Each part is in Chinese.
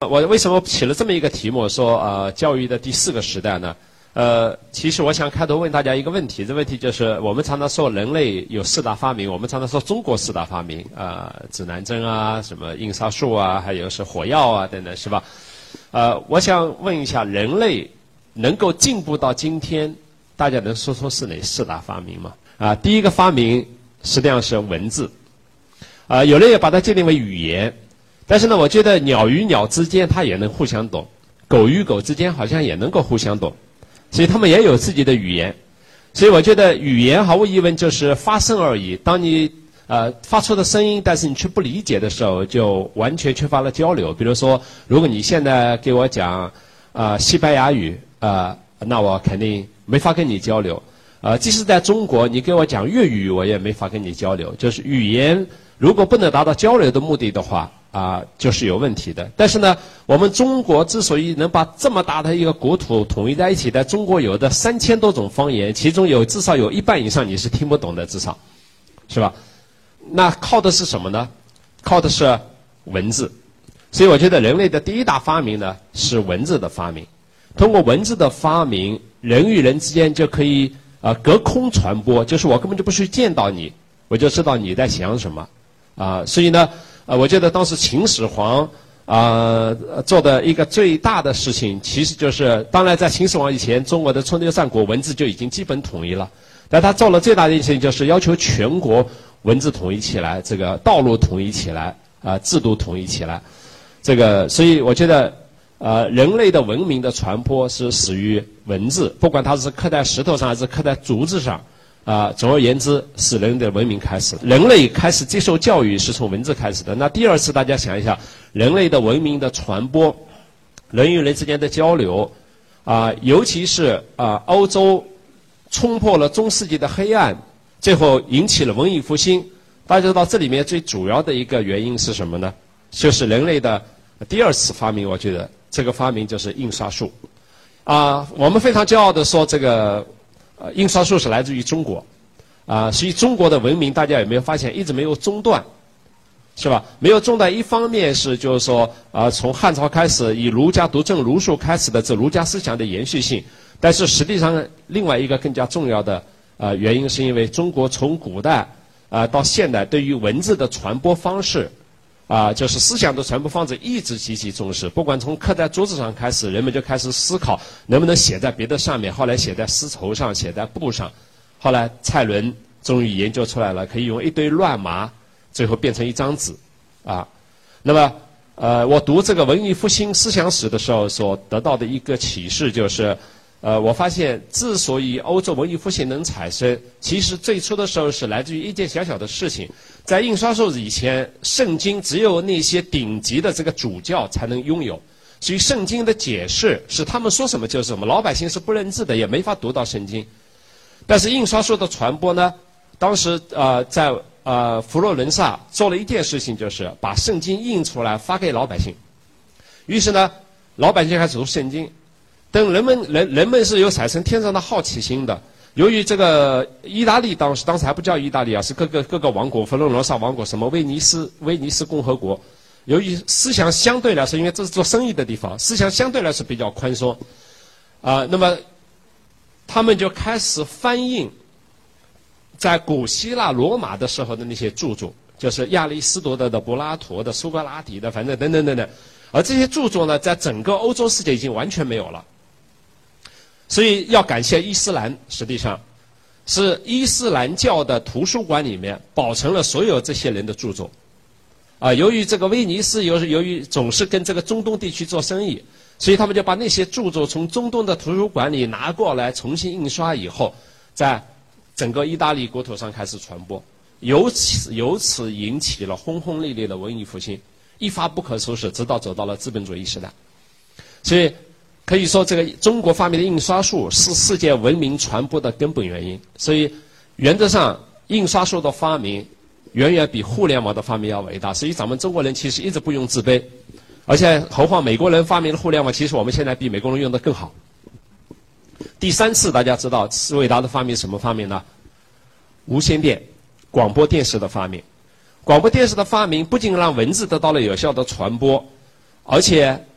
我为什么起了这么一个题目，说教育的第4个时代呢？其实我想开头问大家一个问题，这问题就是我们常常说人类有4大发明，我们常常说中国4大发明指南针啊，什么印刷术啊，还有是火药啊等等，是吧？我想问一下，人类能够进步到今天，大家能说出是哪4大发明吗？第一个发明实际上是文字，有人也把它界定为语言。但是呢，我觉得鸟与鸟之间它也能互相懂，狗与狗之间好像也能够互相懂，所以它们也有自己的语言。所以我觉得语言毫无疑问就是发声而已。当你发出的声音，但是你却不理解的时候，就完全缺乏了交流。比如说，如果你现在给我讲西班牙语那我肯定没法跟你交流。即使在中国，你给我讲粤语，我也没法跟你交流。就是语言如果不能达到交流的目的的话，就是有问题的。但是呢，我们中国之所以能把这么大的一个国土统一在一起，在中国有的3000多种方言，其中至少有1半以上你是听不懂的，至少，是吧？那靠的是什么呢？靠的是文字。所以我觉得人类的第1大发明呢是文字的发明。通过文字的发明，人与人之间就可以隔空传播，就是我根本就不需见到你，我就知道你在想什么所以呢。我觉得当时秦始皇做的一个最大的事情，其实就是当然在秦始皇以前，中国的春秋战国文字就已经基本统一了，但他做了最大的一件事情，就是要求全国文字统一起来，这个道路统一起来制度统一起来。所以我觉得人类的文明的传播是始于文字，不管它是刻在石头上还是刻在竹子上。总而言之，是人类的文明开始。人类开始接受教育是从文字开始的。那第2次，大家想一下，人类的文明的传播，人与人之间的交流，尤其是欧洲冲破了中世纪的黑暗，最后引起了文艺复兴。大家知道这里面最主要的一个原因是什么呢？就是人类的第2次发明。我觉得这个发明就是印刷术。我们非常骄傲地说这个。印刷术是来自于中国，所以中国的文明大家有没有发现一直没有中断，是吧？没有中断，一方面是就是说从汉朝开始以儒家独正儒术开始的这儒家思想的延续性，但是实际上另外一个更加重要的原因是因为中国从古代到现代对于文字的传播方式就是思想的传播方式一直极其重视，不管从刻在桌子上开始，人们就开始思考能不能写在别的上面，后来写在丝绸上，写在布上，后来蔡伦终于研究出来了，可以用一堆乱麻，最后变成一张纸那么我读这个文艺复兴思想史的时候所得到的一个启示就是我发现之所以欧洲文艺复兴能产生，其实最初的时候是来自于一件小小的事情。在印刷术以前，圣经只有那些顶级的这个主教才能拥有，所以圣经的解释是他们说什么就是什么，老百姓是不认字的，也没法读到圣经。但是印刷术的传播呢，当时在佛罗伦萨做了一件事情，就是把圣经印出来发给老百姓。于是呢，老百姓开始读圣经。等人们是有产生天生的好奇心的。由于这个意大利当时还不叫意大利是各个王国，佛罗伦萨王国，什么威尼斯共和国，由于思想相对来说，因为这是做生意的地方，思想相对来说比较宽松那么他们就开始翻印在古希腊罗马的时候的那些著作，就是亚里士多德的、柏拉图的、苏格拉底的，反正等等等等。而这些著作呢，在整个欧洲世界已经完全没有了。所以要感谢伊斯兰，实际上是伊斯兰教的图书馆里面保存了所有这些人的著作由于这个威尼斯由于总是跟这个中东地区做生意，所以他们就把那些著作从中东的图书馆里拿过来重新印刷以后，在整个意大利国土上开始传播，由此引起了轰轰烈烈的文艺复兴，一发不可收拾，直到走到了资本主义时代。所以可以说，这个中国发明的印刷术是世界文明传播的根本原因。所以原则上，印刷术的发明远远比互联网的发明要伟大。所以咱们中国人其实一直不用自卑，而且何况美国人发明了互联网，其实我们现在比美国人用的更好。第3次大家知道是伟大的发明什么发明呢？无线电、广播电视的发明。广播电视的发明不仅让文字得到了有效的传播，而且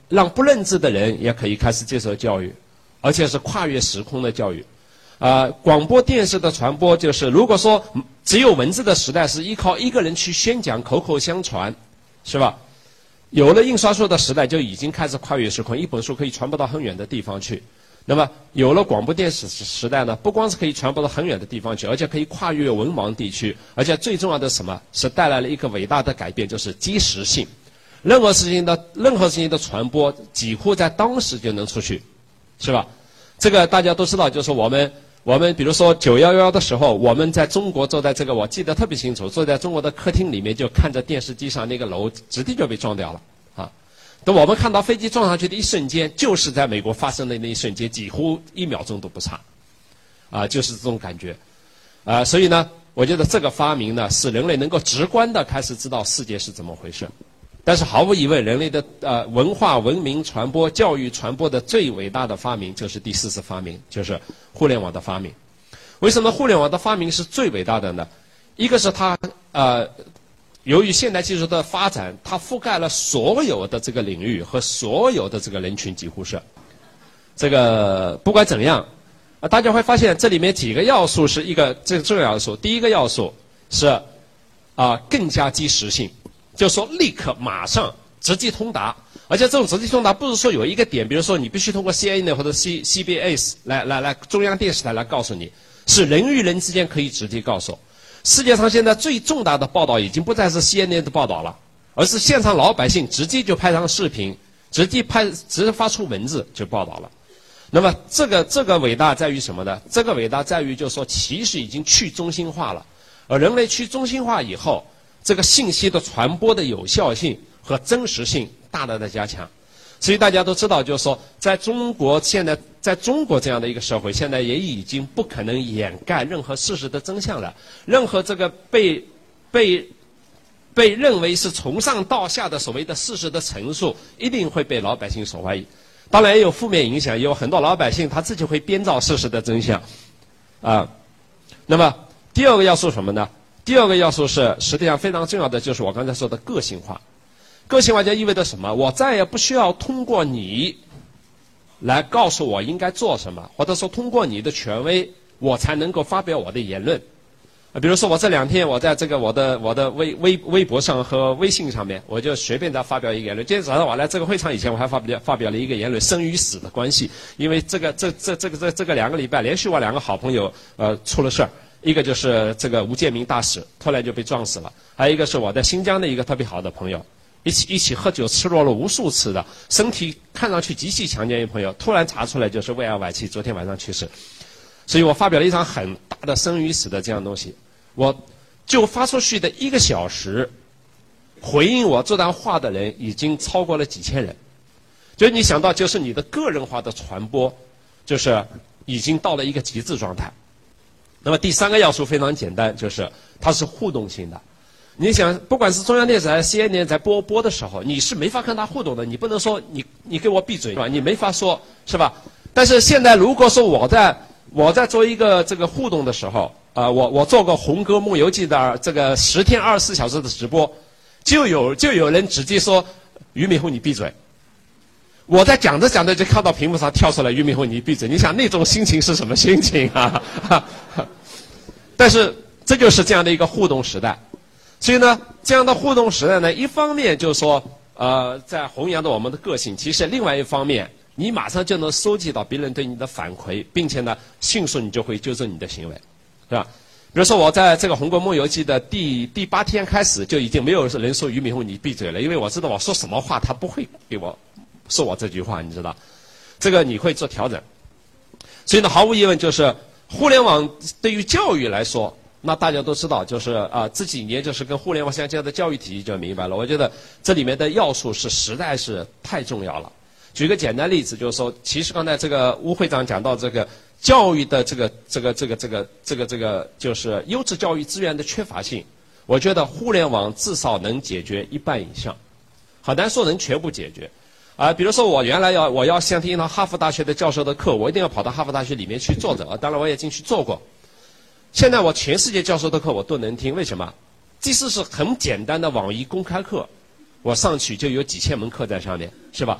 让不认字的人也可以开始接受教育，而且是跨越时空的教育。广播电视的传播，就是如果说只有文字的时代是依靠一个人去宣讲，口口相传，是吧？有了印刷术的时代，就已经开始跨越时空，一本书可以传播到很远的地方去。那么有了广播电视时代呢，不光是可以传播到很远的地方去，而且可以跨越文盲地区，而且最重要的什么是带来了一个伟大的改变，就是即时性。任何事情的传播，几乎在当时就能出去，是吧？这个大家都知道，就是我们比如说911的时候，我们在中国坐在这个，我记得特别清楚，坐在中国的客厅里面，就看着电视机上那个楼直接就被撞掉了啊。等我们看到飞机撞上去的一瞬间，就是在美国发生的那一瞬间，几乎1秒钟都不差，就是这种感觉，所以呢，我觉得这个发明呢，使人类能够直观地开始知道世界是怎么回事。但是毫无疑问，人类的文化、文明传播、教育传播的最伟大的发明，就是第4次发明，就是互联网的发明。为什么互联网的发明是最伟大的呢？一个是它由于现代技术的发展，它覆盖了所有的这个领域和所有的这个人群，几乎是。这个不管怎样，大家会发现这里面几个要素是这个重要要素。第一个要素是更加即时性。就是说立刻马上直击通达，而且这种直击通达不是说有一个点，比如说你必须通过 CNN 或者 CBS 来中央电视台来告诉你，是人与人之间可以直接告诉。世界上现在最重大的报道已经不再是 CNN 的报道了，而是现场老百姓直接就拍上视频，直接发出文字就报道了。那么这个伟大在于什么呢？这个伟大在于就是说，其实已经去中心化了，而人类去中心化以后，这个信息的传播的有效性和真实性大大的加强。所以大家都知道，就是说，在中国这样的一个社会，现在也已经不可能掩盖任何事实的真相了。任何这个被认为是从上到下的所谓的事实的陈述，一定会被老百姓所怀疑。当然也有负面影响，也有很多老百姓他自己会编造事实的真相，那么第二个要素什么呢？第二个要素是实际上非常重要的，就是我刚才说的个性化。个性化就意味着什么？我再也不需要通过你来告诉我应该做什么，或者说通过你的权威，我才能够发表我的言论。比如说我这2天我在这个我的微博上和微信上面，我就随便在发表一个言论。今天早上我来这个会场以前，我还发表了一个言论：生与死的关系。因为这个2个礼拜连续我2个好朋友出了事儿。一个就是这个吴建明大使突然就被撞死了，还有一个是我在新疆的一个特别好的朋友，一起喝酒吃肉了无数次的，身体看上去极其强健的朋友，突然查出来就是胃癌晚期，昨天晚上去世。所以我发表了一场很大的生与死的这样东西，我就发出去的1个小时，回应我这段话的人已经超过了几千人。就是你想到，就是你的个人化的传播，就是已经到了一个极致状态。那么第3个要素非常简单，就是它是互动性的。你想，不管是中央电视台、CNN 在播的时候，你是没法跟他互动的，你不能说你给我闭嘴，是吧？你没法说，是吧？但是现在如果说我在做一个这个互动的时候，我做个《红歌梦游记》的这个10天24小时的直播，就有人直接说俞敏洪你闭嘴。我在讲着讲着就看到屏幕上跳出来俞敏洪你闭嘴，你想那种心情是什么心情啊？但是这就是这样的一个互动时代，所以呢，这样的互动时代呢，一方面就是说，在弘扬着我们的个性，其实另外一方面，你马上就能收集到别人对你的反馈，并且呢，迅速你就会纠正你的行为，是吧？比如说我在这个《红国梦游记》的第8天开始，就已经没有人说俞敏洪你闭嘴了，因为我知道我说什么话他不会给我说我这句话，你知道，这个你会做调整。所以呢，毫无疑问就是互联网对于教育来说，那大家都知道，就是这几年就是跟互联网相结合的教育体系就明白了。我觉得这里面的要素是实在是太重要了。举个简单例子，就是说，其实刚才这个吴会长讲到这个教育的这个就是优质教育资源的缺乏性，我觉得互联网至少能解决1半以上，很难说能全部解决。比如说我原来我要想听一堂哈佛大学的教授的课，我一定要跑到哈佛大学里面去坐着，当然我也进去做过。现在我全世界教授的课我都能听，为什么？即使是很简单的网易公开课，我上去就有几千门课在上面，是吧？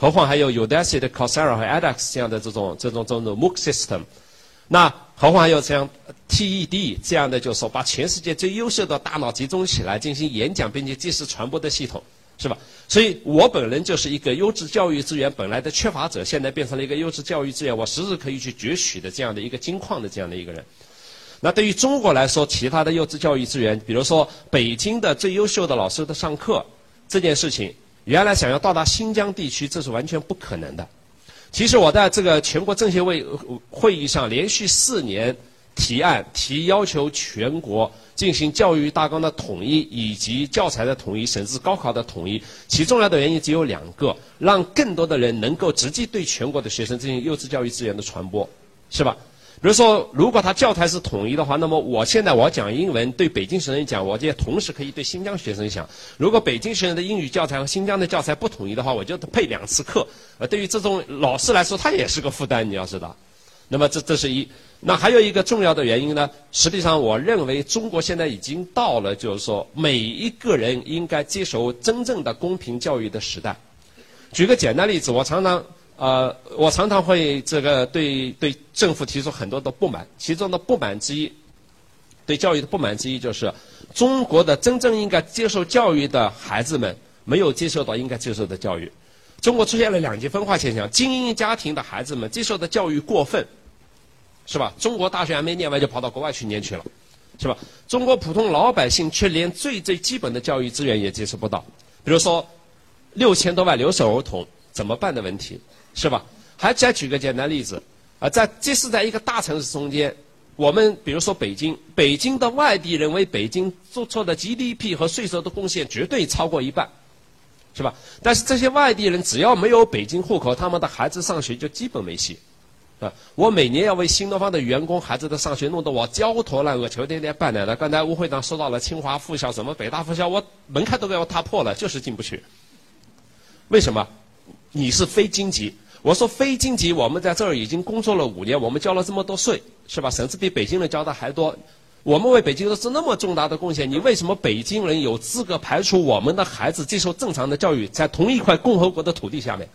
何况还有 Udacity、Coursera 和 edX 这样的这种 MOOC system。那何况还有像 TED 这样的，就是说把全世界最优秀的大脑集中起来进行演讲并且即时传播的系统，是吧？所以我本人就是一个优质教育资源本来的缺乏者，现在变成了一个优质教育资源，我时时可以去攫取的这样的一个金矿的这样的一个人。那对于中国来说，其他的优质教育资源，比如说北京的最优秀的老师的上课这件事情，原来想要到达新疆地区，这是完全不可能的。其实我在这个全国政协会议上连续4年提要求全国进行教育大纲的统一以及教材的统一，甚至高考的统一。其重要的原因只有2个：让更多的人能够直接对全国的学生进行优质教育资源的传播，是吧？比如说，如果他教材是统一的话，那么我现在我讲英文对北京学生讲，我也同时可以对新疆学生讲。如果北京学生的英语教材和新疆的教材不统一的话，我就配2次课。对于这种老师来说，他也是个负担，你要知道。那么这是一。那还有一个重要的原因呢，实际上我认为中国现在已经到了，就是说每一个人应该接受真正的公平教育的时代。举个简单例子，我常常会对政府提出很多的不满，其中的不满之一，对教育的不满之一就是中国的真正应该接受教育的孩子们没有接受到应该接受的教育。中国出现了2极分化现象，精英家庭的孩子们接受的教育过分，是吧？中国大学还没念完就跑到国外去念去了，是吧？中国普通老百姓却连最基本的教育资源也接受不到，比如说6000多万留守儿童怎么办的问题，是吧？还再举个简单例子，即使在一个大城市中间，我们比如说北京的外地人为北京做的 GDP 和税收的贡献绝对超过1半，是吧？但是这些外地人只要没有北京户口，他们的孩子上学就基本没戏。我每年要为新东方的员工孩子的上学弄得我焦头烂额、求天天办的。刚才吴会长说到了清华附校、什么北大附校，我门槛都给我踏破了，就是进不去。为什么？你是非京籍。我说非京籍，我们在这儿已经工作了5年，我们交了这么多税，是吧？甚至比北京人交的还多。我们为北京做那么重大的贡献，你为什么北京人有资格排除我们的孩子接受正常的教育，在同一块共和国的土地下面？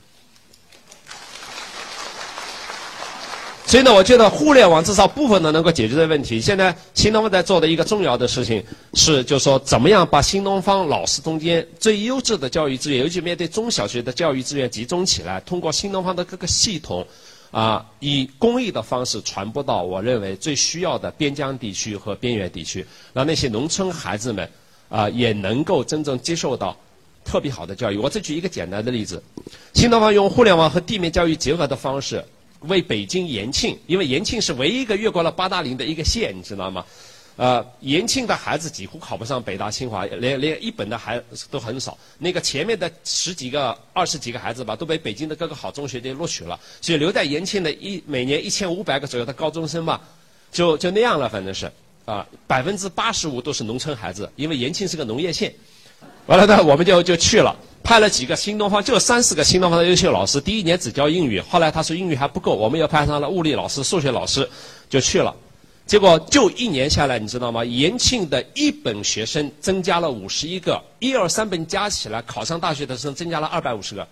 所以呢，我觉得互联网至少部分的能够解决这个问题。现在新东方在做的一个重要的事情是，就是说怎么样把新东方老师中间最优质的教育资源，尤其面对中小学的教育资源集中起来，通过新东方的各个系统，以公益的方式传播到我认为最需要的边疆地区和边缘地区，让那些农村孩子们也能够真正接受到特别好的教育。我再举一个简单的例子，新东方用互联网和地面教育结合的方式，为北京延庆，因为延庆是唯一一个越过了8大岭的一个县，你知道吗？延庆的孩子几乎考不上北大清华，连一本的孩子都很少。那个前面的10几个、20几个孩子吧，都被北京的各个好中学给录取了，所以留在延庆的每年1500个左右的高中生吧，就那样了，反正是85%都是农村孩子，因为延庆是个农业县。完了呢，我们就去了。派了几个新东方，就3、4个新东方的优秀老师，第1年只教英语，后来他说英语还不够，我们又派上了物理老师、数学老师，就去了。结果就1年下来，你知道吗？延庆的一本学生增加了51个，1、2、3本加起来考上大学的生增加了250个，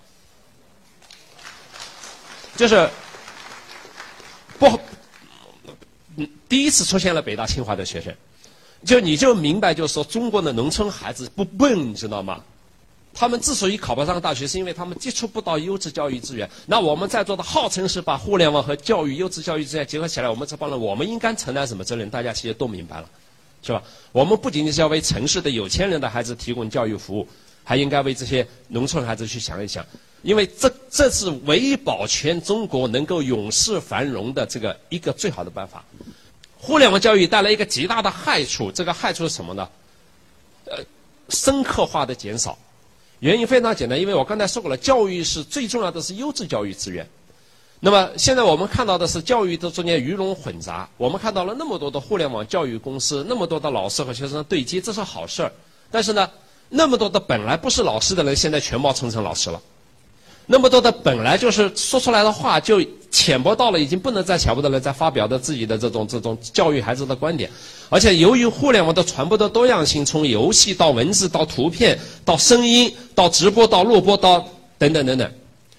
就是第一次出现了北大清华的学生。你就明白，就是说中国的农村孩子不笨，你知道吗？他们之所以考不上大学，是因为他们接触不到优质教育资源。那我们在座的号称是把互联网和教育优质教育资源结合起来，我们这帮人，我们应该承担什么责任？大家其实都明白了，是吧？我们不仅仅是要为城市的有钱人的孩子提供教育服务，还应该为这些农村孩子去想一想，因为这是唯一保全中国能够永世繁荣的一个最好的办法。互联网教育带来一个极大的害处，这个害处是什么呢？深刻化的减少。原因非常简单，因为我刚才说过了，教育是最重要的是优质教育资源。那么现在我们看到的是教育的中间鱼龙混杂，我们看到了那么多的互联网教育公司，那么多的老师和学生对接，这是好事儿。但是呢，那么多的本来不是老师的人，现在全冒充成老师了。那么多的本来就是说出来的话就浅薄到了已经不能再浅薄的人，在发表的自己的这种教育孩子的观点。而且由于互联网的传播的多样性，从游戏到文字到图片到声音到直播到录播到等等等等，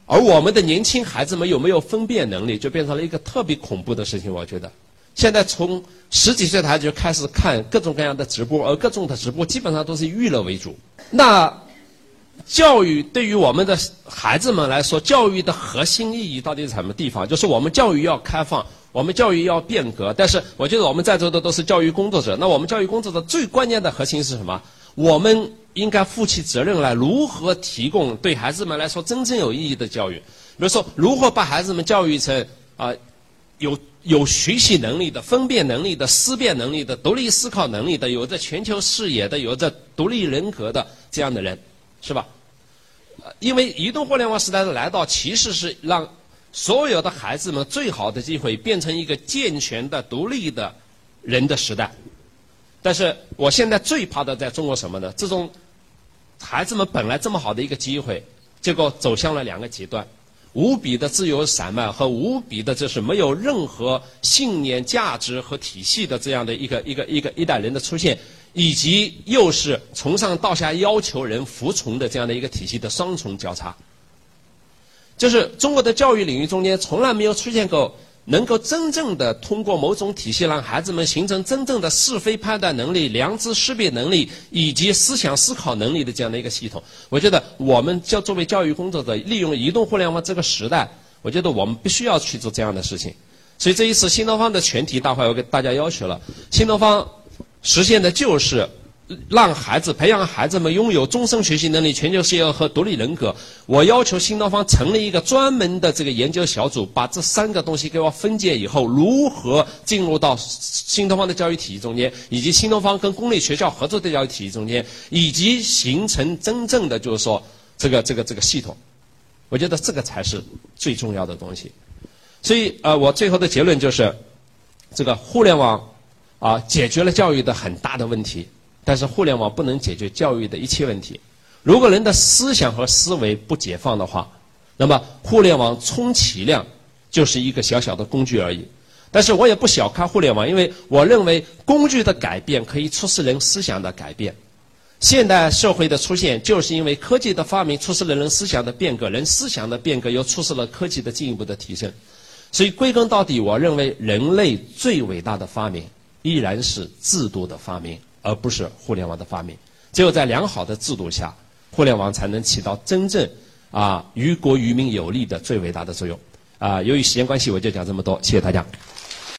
而我们的年轻孩子们有没有分辨能力，就变成了一个特别恐怖的事情。我觉得，现在从10几岁的孩子就开始看各种各样的直播，而各种的直播基本上都是娱乐为主。那教育对于我们的孩子们来说，教育的核心意义到底是什么地方？就是我们教育要开放，我们教育要变革。但是我觉得我们在座的都是教育工作者，那我们教育工作者最关键的核心是什么？我们应该负起责任来，如何提供对孩子们来说真正有意义的教育？比如说，如何把孩子们教育成有学习能力的、分辨能力的、思辨能力的、独立思考能力的、有着全球视野的、有着独立人格的这样的人，是吧？因为移动互联网时代的来到，其实是让所有的孩子们最好的机会变成一个健全的、独立的人的时代。但是我现在最怕的在中国什么呢？这种孩子们本来这么好的一个机会，结果走向了2个极端：无比的自由散漫和无比的就是没有任何信念、价值和体系的这样的一代人的出现，以及又是从上到下要求人服从的这样的一个体系的双重交叉。就是中国的教育领域中间从来没有出现过能够真正的通过某种体系让孩子们形成真正的是非判断能力、良知识别能力以及思想思考能力的这样的一个系统。我觉得我们作为教育工作者，利用移动互联网这个时代，我觉得我们必须要去做这样的事情。所以这一次新东方的全体大会，我给大家要求了，新东方实现的就是让培养孩子们拥有终身学习能力、全球视野和独立人格。我要求新东方成立一个专门的这个研究小组，把这3个东西给我分解以后，如何进入到新东方的教育体系中间，以及新东方跟公立学校合作的教育体系中间，以及形成真正的就是说这个系统。我觉得这个才是最重要的东西。所以我最后的结论就是，这个互联网解决了教育的很大的问题。但是互联网不能解决教育的一切问题。如果人的思想和思维不解放的话，那么互联网充其量就是一个小小的工具而已。但是我也不小看互联网，因为我认为工具的改变可以促使人思想的改变。现代社会的出现，就是因为科技的发明促使了人思想的变革，人思想的变革又促使了科技的进一步的提升。所以归根到底，我认为人类最伟大的发明依然是制度的发明，而不是互联网的发明。只有在良好的制度下，互联网才能起到真正于国于民有利的最伟大的作用。由于时间关系，我就讲这么多，谢谢大家。